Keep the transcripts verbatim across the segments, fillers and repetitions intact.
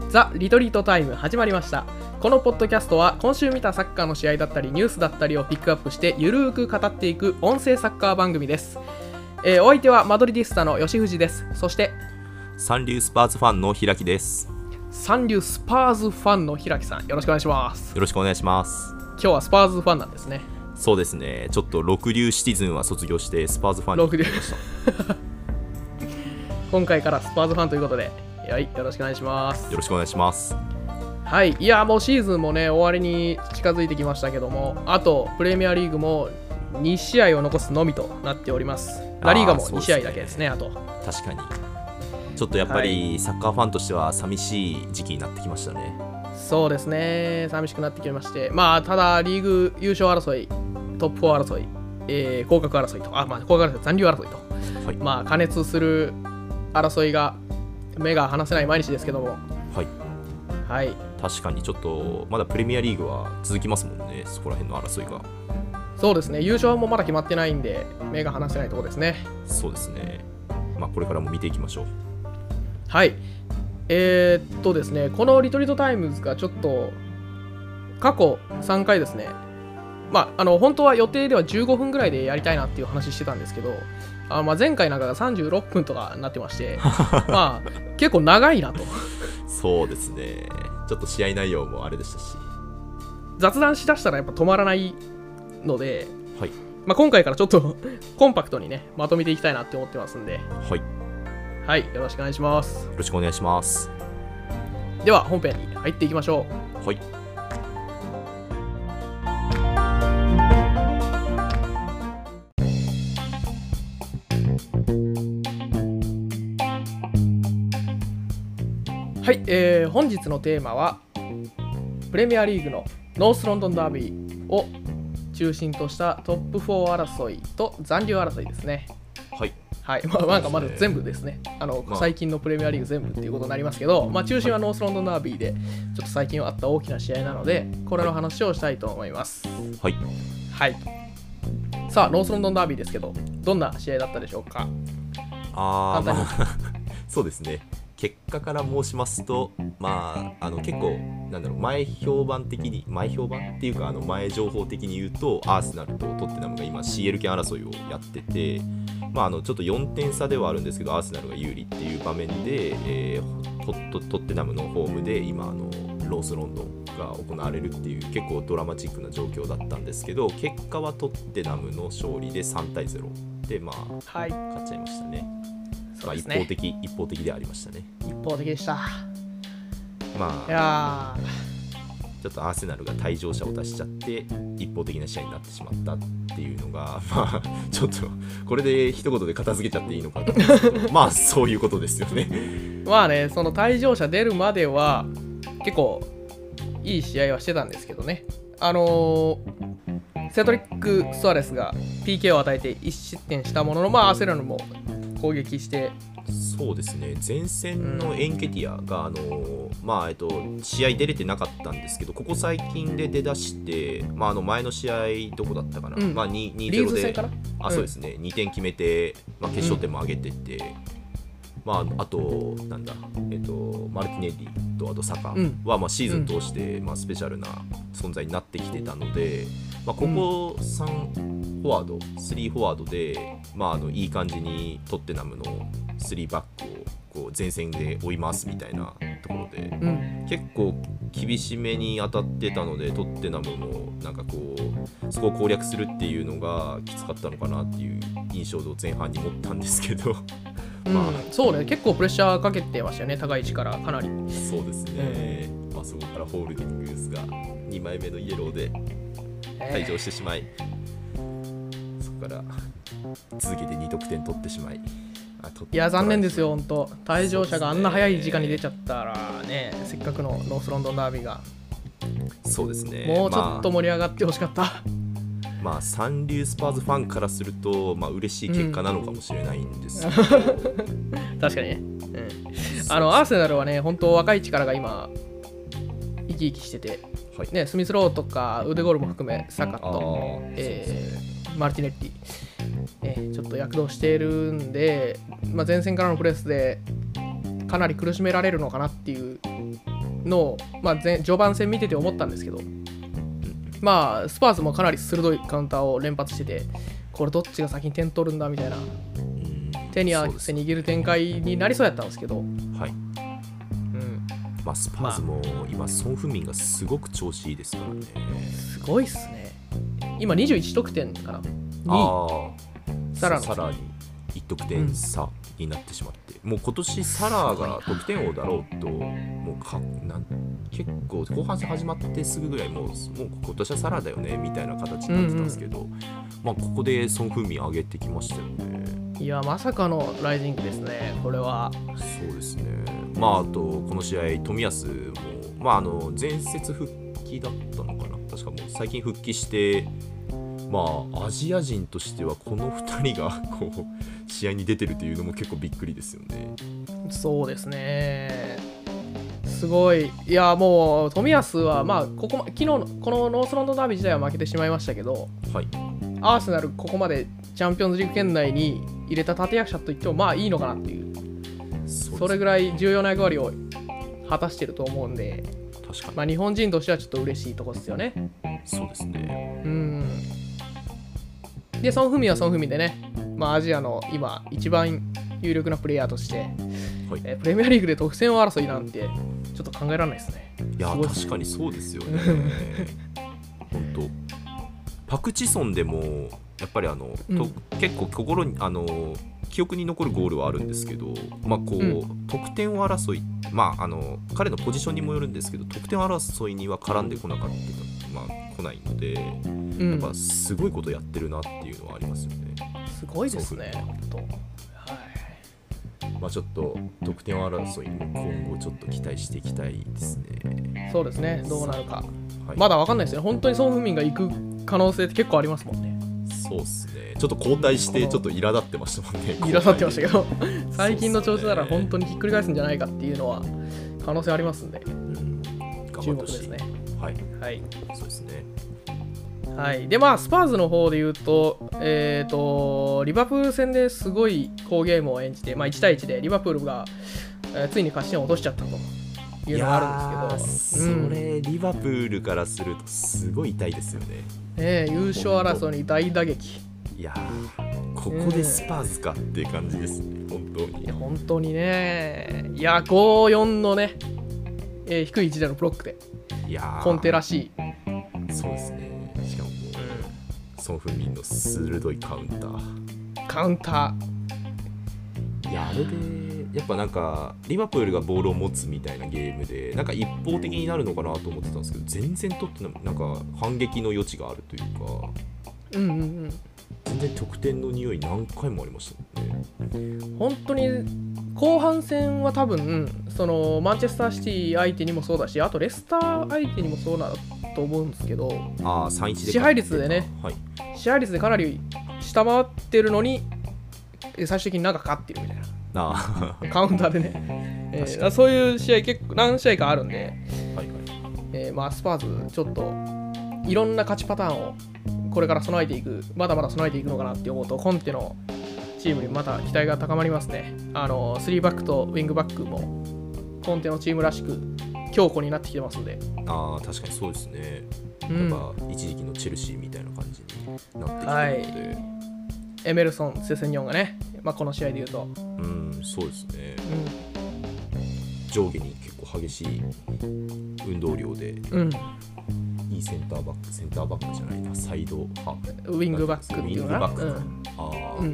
ザ・リトリートタイム始まりました。このポッドキャストは今週見たサッカーの試合だったりニュースだったりをピックアップしてゆるーく語っていく音声サッカー番組です。えー、お相手はマドリディスタの吉藤です。そして三流スパーズファンの平木です。 三流スパーズファンの平木さん、よろしくお願いします。 よろしくお願いします。 今日はスパーズファンなんですね。 そうですね、ちょっと六流シティズンは卒業してスパーズファンになりました。 今回からスパーズファンということで、はい、よろしくお願いします。 よろしくお願いします。 はい、いやもうシーズンもね終わりに近づいてきましたけども、あとプレミアリーグもに試合を残すのみとなっております。ラリーガもに試合だけですね。あと確かにちょっとやっぱりサッカーファンとしては寂しい時期になってきましたね。 はい、そうですね、寂しくなってきまして、まあただリーグ優勝争い、トップフォー争い、えー、降格争いと、あ、まあ降格争い、残留争いと、はい、まあ過熱する争いが目が離せない毎日ですけども、 はい、 はい、 確かにちょっとまだプレミアリーグは続きますもんね、そこら辺の争いが。 そうですね、優勝もまだ決まってないんで目が離せないところですね。 そうですね、まあこれからも見ていきましょう。 はい、えー、っとですね、このリトリートタイムズがちょっと過去さんかいですね、まああの本当は予定ではじゅうごふんぐらいでやりたいなっていう話してたんですけど、あまあ前回なんかがさんじゅうろっぷんとかなってましてまあ結構長いなと。 そうですね、ちょっと試合内容もあれでしたし、 雑談しだしたらやっぱ止まらないので、 はい、 まあ、今回からちょっとコンパクトにねまとめていきたいなって思ってますんで、 はい、 はい、よろしくお願いします。 よろしくお願いします。 では本編に入っていきましょう。 はい。 はい、えー、本日のテーマはプレミアリーグのノースロンドンダービーを中心としたトップフォー争いと残留争いですね。 はい、 はい、まあなんかまだ全部ですね、あの、まあ、最近のプレミアリーグ全部っていうことになりますけど、まあ、中心はノースロンドンダービーでちょっと最近あった大きな試合なのでこれの話をしたいと思います。 はい、 はい、さあノースロンドンダービーですけどどんな試合だったでしょうか。 あー、まあ、そうですね、結果から申しますと、まあ、あの結構なんだろう、前評判的に前評判っていうかあの前情報的に言うとアーセナルとトッテナムが今 シーエル 権争いをやってて、まあ、あのちょっとよんてん差ではあるんですけどアーセナルが有利っていう場面で、えー、ト, ト, トッテナムのホームで今あのロースロンドンが行われるっていう結構ドラマチックな状況だったんですけど、結果はトッテナムの勝利でさんたいゼロで、まあ、はい、勝っちゃいましたね。まあ、一方的一方的でありましたね。 一方的でした。 まあ、 いやちょっとアーセナルが退場者を出しちゃって一方的な試合になってしまったっていうのが、まあちょっとこれで一言で片付けちゃっていいのかと思うんですけどまあそういうことですよね。 まあね、その退場者出るまでは結構いい試合はしてたんですけどね、あのー、セドリック・スアレスが ピーケー を与えていち失点したものの、まあアーセナルも攻撃して、 そうですね、前線のエンケティアが、あのまあえっと、試合出れてなかったんですけど、ここ最近で出だして、まあ、あの前の試合どこだったかな、うん、まあ、にたいゼロで、あ、そうですね、うん、にてん決めて、まあ、決勝点も上げてて、うん、まあ、あとなんだ、えっと、マルティネッリとあとサカは、うん、まあ、シーズン通して、まあ、スペシャルな存在になってきてたので、まあ、ここさんフォワードさんフォワードで、まあ、あのいい感じにトッテナムのさんバックをこう前線で追いますみたいなところで、うん、結構厳しめに当たってたのでトッテナムもなんかこうそこを攻略するっていうのがきつかったのかなっていう印象を前半に持ったんですけどまあ、 うん、そうね、結構プレッシャーかけてましたよね、高い位置からかなり。 そうですね、うん、まあ、そこからホールディングスがにまいめのイエローで退場してしまい、えー、そこから続けてに得点取ってしまい、 いや残念ですよ、本当退場者があんな早い時間に出ちゃったらね、せっかくのノースロンドンダービーが。 そうですね、 もうちょっと盛り上がってほしかった、まあ、 まあ三流スパーズファンからすると、まあ嬉しい結果なのかもしれないんですけど、 うん、確かにね、うん、あのアーセナルはね、本当若い力が今生き生きしてて、はいね、スミスローとかウデゴールも含めサカと、えー、マルティネッリ、えー、ちょっと躍動しているんで、まあ、前線からのプレスでかなり苦しめられるのかなっていうの、まあ、前序盤戦見てて思ったんですけど、まあスパーズもかなり鋭いカウンターを連発してて、これどっちが先に点取るんだみたいな、手に汗握る展開になりそうやったんですけど、はい、 うんまあ、スパーズも今ソン・フンミンがすごく調子いいですからね。 すごいっすね。今にじゅういち得点かな。 あサラのさらにいち得点差になってしまって、うん、もう今年サラが得点王だろうと、もうかなん結構後半戦始まってすぐぐらいもう、もう今年はサラだよねみたいな形になってたんですけど、うんうん、まあ、ここでソン・フンミン上げてきましたよね。 いやまさかのライジングですね、これは。 そうですね。まああとこの試合冨安も、まあ、あの前節復帰だったのかな、確かもう最近復帰して、まあアジア人としてはこのふたりがこう試合に出てるというのも結構びっくりですよね。 そうですね、すごい。いやもう冨安はまあここ昨日このノースロンドンダービー自体は負けてしまいましたけど、はい、アーセナルここまでチャンピオンズリーグ圏内に入れた立役者といってもまあいいのかなっていう、 そ, それぐらい重要な役割を果たしてると思うんで、確かに、まあ、日本人としてはちょっと嬉しいところですよね。 そうですね。 うんでソン・フンミンはソン・フンミンでね、まあ、アジアの今一番有力なプレイヤーとして、はい、えー、プレミアリーグで得点王争いなんてちょっと考えられないですね。 いや確かにそうですよね。本当パク・チソンでもやっぱりあの、うん、結構心にあの記憶に残るゴールはあるんですけど、まあこう、うん、得点王争い、まああの彼のポジションにもよるんですけど、得点王争いには絡んでこなかった、まあ来ないので、うん、やっぱすごいことやってるなっていうのはありますよね。 すごいですね。本当。はい。 まあちょっと得点王争いにも今後ちょっと期待していきたいですね。 そうですね。どうなるか、はい、まだわかんないですよ。本当にソン・フンミンが行く可能性って結構ありますもんね。 そうですね。ちょっと交代してちょっと苛立ってましたもんね。 苛立ってましたけど最近の調子なら本当にひっくり返すんじゃないかっていうのは可能性ありますんで、うん、注目ですね。 はい、はい、そうですね。 はい、でまあスパーズの方で言うと、えーとリバプール戦ですごい好ゲームを演じて、まあ、いちたいいちでリバプールが、えー、ついに勝ち点を落としちゃったというのがあるんですけど、 それ、うん、リバプールからするとすごい痛いですよね。 えー、優勝争いに大打撃。 いやーここでスパーズかっていう感じですね、えー、本当に。 いや本当にね。いやごよんのね、えー、低い位置でのブロックで、いやコンテらしい。 そうですね。しかも、うん、ソン・フンミンの鋭いカウンターカウンターいやあれでやっぱなんかリバプールがボールを持つみたいなゲームでなんか一方的になるのかなと思ってたんですけど、全然とってなんか反撃の余地があるというか、 うんうんうん、 全然得点の匂い何回もありましたね。 本当に後半戦は多分そのマンチェスターシティ相手にもそうだし、あとレスター相手にもそうだと思うんですけど、 あさんいちで支配率でね、はい、支配率でかなり下回ってるのに最終的になんか勝ってるみたいなあカウンターでね、えー、そういう試合結構何試合かあるんで、はいはい、えーまあ、スパーズちょっといろんな勝ちパターンをこれから備えていく、まだまだ備えていくのかなって思うと、コンテのチームにまた期待が高まりますね。あのスリーバックとウィングバックもコンテのチームらしく強固になってきてますので。 ああ確かにそうですね。やっぱ一時期のチェルシーみたいな感じになってきてるので、はい、 エメルソン・セセニョンがね、まあ、この試合で言うと、 うん、そうですね、うん、上下に結構激しい運動量で、うん、いいセンターバック、センターバックじゃないな、サイドハーフ、ウィングバックっていうのかな、 ウィングバックか、うん、あ、 うん、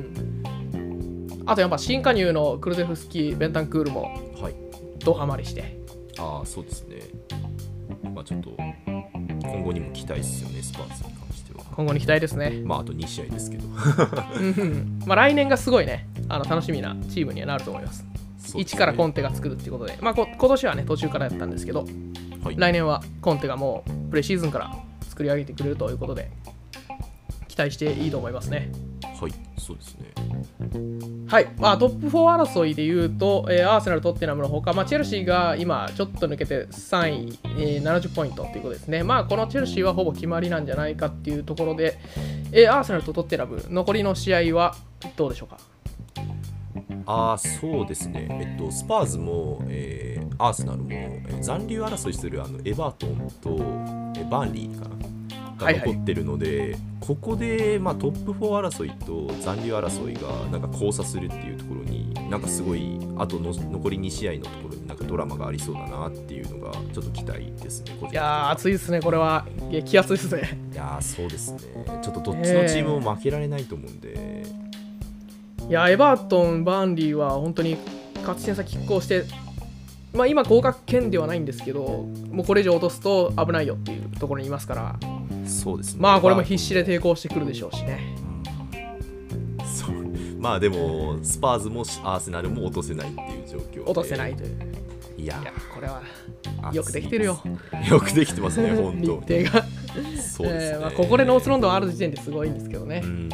あとやっぱ新加入のクルゼフスキー、ベンタンクールもドハマりして、はい、 ああそうですね。まあちょっと今後にも期待ですよね、スパーズに関しては。 今後に期待ですね。 まああとに試合ですけどまあ来年がすごいね、あの楽しみなチームにはなると思います。すね、いちからコンテが作るっていうことで、まあこ今年はね途中からやったんですけど、はい、来年はコンテがもうプレシーズンから作り上げてくれるということで期待していいと思いますね。 はい、そうですね。 はい、まあ、トップフォー争いでいうと、えー、アーセナル、トッテナムのほか、まあ、チェルシーが今ちょっと抜けてさんい、えー、ななじゅっポイントということですね。まあこのチェルシーはほぼ決まりなんじゃないかっていうところで、えー、アーセナルとトッテナム残りの試合はどうでしょうか。 ああそうですね、えっと、スパーズも、えー、 アーセナルもえ残留争いするあのエバートンとえバーンリーかなが残ってるので、はいはい、ここで、まあ、トップフォー争いと残留争いがなんか交差するっていうところになんかすごいあとの残りに試合のところになんかドラマがありそうだなっていうのがちょっと期待ですね。 いやー熱いですねこれは。激熱いですね。 いやーそうですね。ちょっとどっちのチームも負けられないと思うんで、えー、いやエバートンバーンリーは本当に勝ち点差拮抗して、まあ、今合格圏ではないんですけどもうこれ以上落とすと危ないよっていうところにいますから。 そうですね。 まあこれも必死で抵抗してくるでしょうしね。 うん、そうまあでもスパーズもアーセナルも落とせないっていう状況で落とせないという。 いや、 いやこれはよくできてるよ。 よくできてますね本当。 日程がそうですね。 えーまあ、ここでノースロンドンある時点ですごいんですけどね。うん、うん、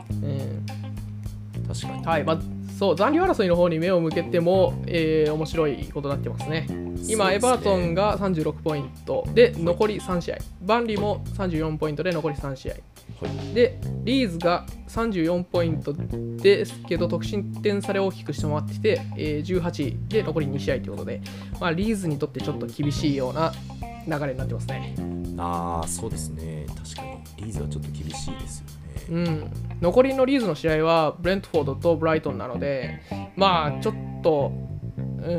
確かに。 はい、まあそう残留争いの方に目を向けても、えー、面白いことになってますね。今、エバートンがさんじゅうろくポイントで残りさん試合、バンリーもさんじゅうよんポイントで残りさん試合、はい、でリーズがさんじゅうよんポイントですけど得失点差で大きく下回ってきて、えー、じゅうはちいで残りに試合ということで、まあ、リーズにとってちょっと厳しいような流れになってますね。 ああそうですね。確かにリーズはちょっと厳しいですよね。 うん、残りのリーズの試合はブレントフォードとブライトンなので、まあちょっと、うん、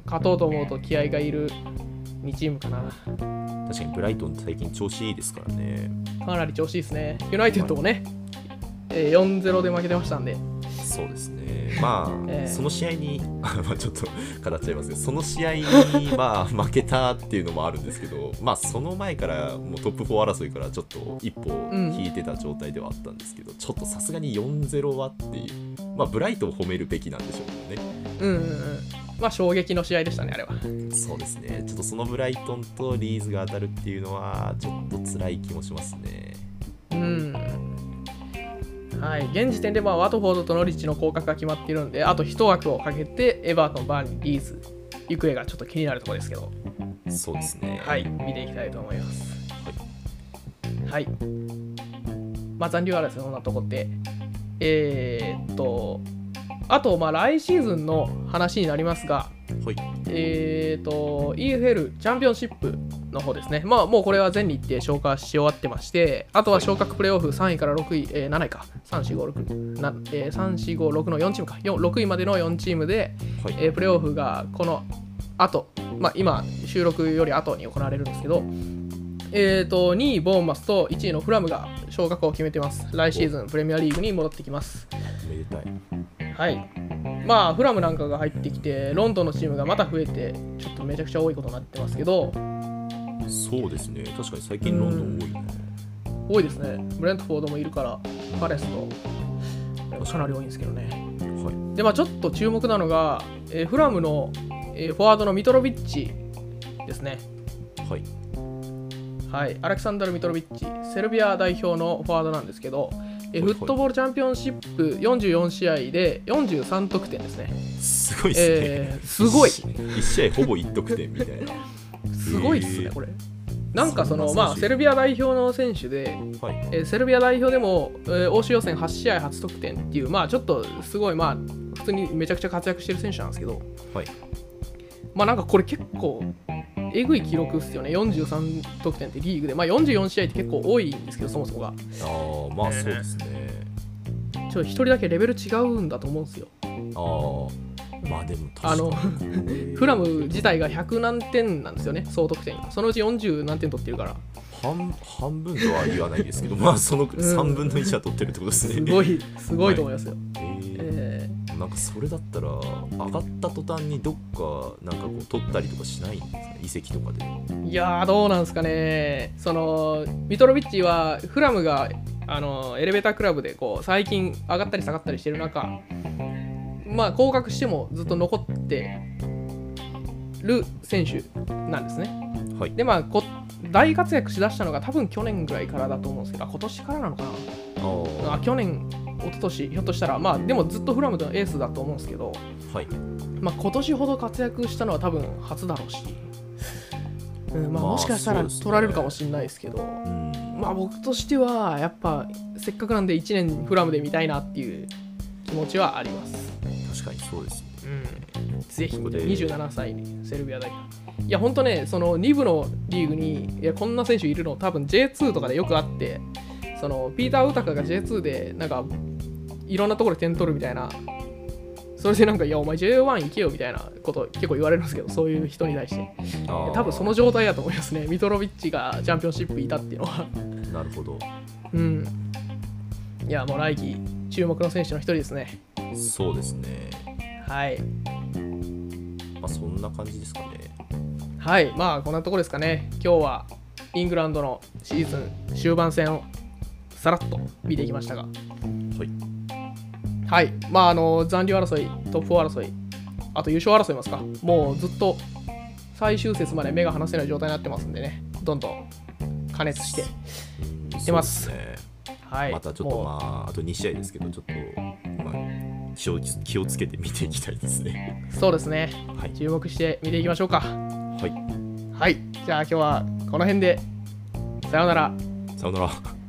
勝とうと思うと気合がいるにチームかな。 確かにブライトン最近調子いいですからね。 かなり調子いいですね。ユナイテッドもね、えー、よんたいゼロ で負けてましたんで。 そうですね。まあ、えー、その試合にまあちょっと語っちゃいますけど、その試合にまあ負けたっていうのもあるんですけど、まあその前からもうトップフォー争いからちょっと一歩引いてた状態ではあったんですけど、うん、ちょっとさすがに よんたいゼロ はっていう、まあブライトを褒めるべきなんでしょうね。 うんうんうん。まあ衝撃の試合でしたねあれは。 そうですね。ちょっとそのブライトンとリーズが当たるっていうのはちょっと辛い気もしますね。 うん。はい、現時点でまあワトフォードとノリッチの降格が決まっているので、あと一枠をかけてエバートン、バーンリー、リーズ行方がちょっと気になるところですけど、 そうですね。 はい、見ていきたいと思います。はい、はい、まあ残留争いそんなとこで、えー、っとあとまあ来シーズンの話になりますが、はい、えー、っと イーエフエル チャンピオンシップの方ですね。まあもうこれは全日程消化し終わってまして、あとは昇格プレーオフさんいからろくい、えー、なないか、さん、よん、ご、ろく、なえー、さん、よん、ご、ろくのよんチームか、ろくいまでのよんチームで、はい、えー、プレーオフがこの後、まあ今収録より後に行われるんですけど、えー、とにいボーンマスといちいのフラムが昇格を決めてます。来シーズンプレミアリーグに戻ってきます。 めでたい。 はい。まあフラムなんかが入ってきて、ロンドンのチームがまた増えて、ちょっとめちゃくちゃ多いことになってますけど、 そうですね。確かに最近ロンドン多いな。 多いですね。ブレントフォードもいるから、パレスとかなり多いんですけどね。はい、で、まあちょっと注目なのが、えー、フラムの、えー、フォワードのミトロビッチですね。はい。はい。アレクサンダル・ミトロビッチ、セルビア代表のフォワードなんですけど、えー、フットボールチャンピオンシップよんじゅうよん試合でよんじゅうさん得点ですね。 すごいですね。 えー、すごい。 いち試合ほぼいち得点みたいな。 すごいっすね、これ。なんかその、まあ、セルビア代表の選手で、はい、えー、セルビア代表でも、えー、欧州予選はち試合初得点っていう、まあ、ちょっとすごい、まあ、普通にめちゃくちゃ活躍してる選手なんですけど、はい、まあ、なんかこれ結構、えぐい記録ですよね、よんじゅうさん得点ってリーグで、まあ、よんじゅうよん試合って結構多いんですけど、そもそもが。ああ、まあそうですね。 ちょっと一人だけレベル違うんだと思うんですよ。 ああ。まあでもあのフラム自体がひゃく何点なんですよね、総得点が。そのうちよんじゅう何点取ってるから。 半, 半分とは言わないですけど、まあそのさんぶんのいちは取ってるってことですね。 すごい、すごいと思いますよ。 はい、えー、なんかそれだったら、上がった途端にどっかなんかこう取ったりとかしないんですか、移籍とかで。 いやー、どうなんですかね。そのミトロビッチはフラムがあのエレベータークラブでこう最近上がったり下がったりしてる中、まあ、降格してもずっと残ってる選手なんですね。はい、で、まあこ、大活躍しだしたのが多分去年ぐらいからだと思うんですけど、今年からなのかな。あ去年、一昨年ひょっとしたら、まあ、でもずっとフラムのエースだと思うんですけど、はい、まあ、今年ほど活躍したのは多分初だろうし、うんまあ、もしかしたら取られるかもしれないですけど、まあね、まあ、僕としてはやっぱせっかくなんでいちねんフラムで見たいなっていう気持ちはあります。 確かにそうですね。 うん、ぜひここでにじゅうななさいにセルビア代表。いや、本当ね、そのに部のリーグにいやこんな選手いるの多分 ジェイツー とかでよくあって、そのピーター・ウタカが ジェイツー でなんかいろんなところで点取るみたいな、それでなんか、いや、お前 ジェイワン 行けよみたいなこと結構言われるんですけど、そういう人に対して。多分その状態だと思いますね。ミトロビッチがチャンピオンシップいたっていうのは。 なるほど。 うん。いや、もう来季注目の選手の一人ですね。 そうですね。 はい。 まあ、そんな感じですかね。 はい。まあ、こんなところですかね。今日はイングランドのシーズン終盤戦をさらっと見ていきましたが。はい。はい。まあ、あの、残留争い、トップフォー争い、あと優勝争いますか。もうずっと最終節まで目が離せない状態になってますんでね。どんどん加熱していってます。 そうですね。 はい。 またちょっとまあ、あとに試合ですけど、ちょっと、まあ、気を気をつけて見ていきたいですね。 そうですね。はい、注目して見ていきましょうか。 はい。 はい。じゃあ今日はこの辺で。さようなら。 さようなら。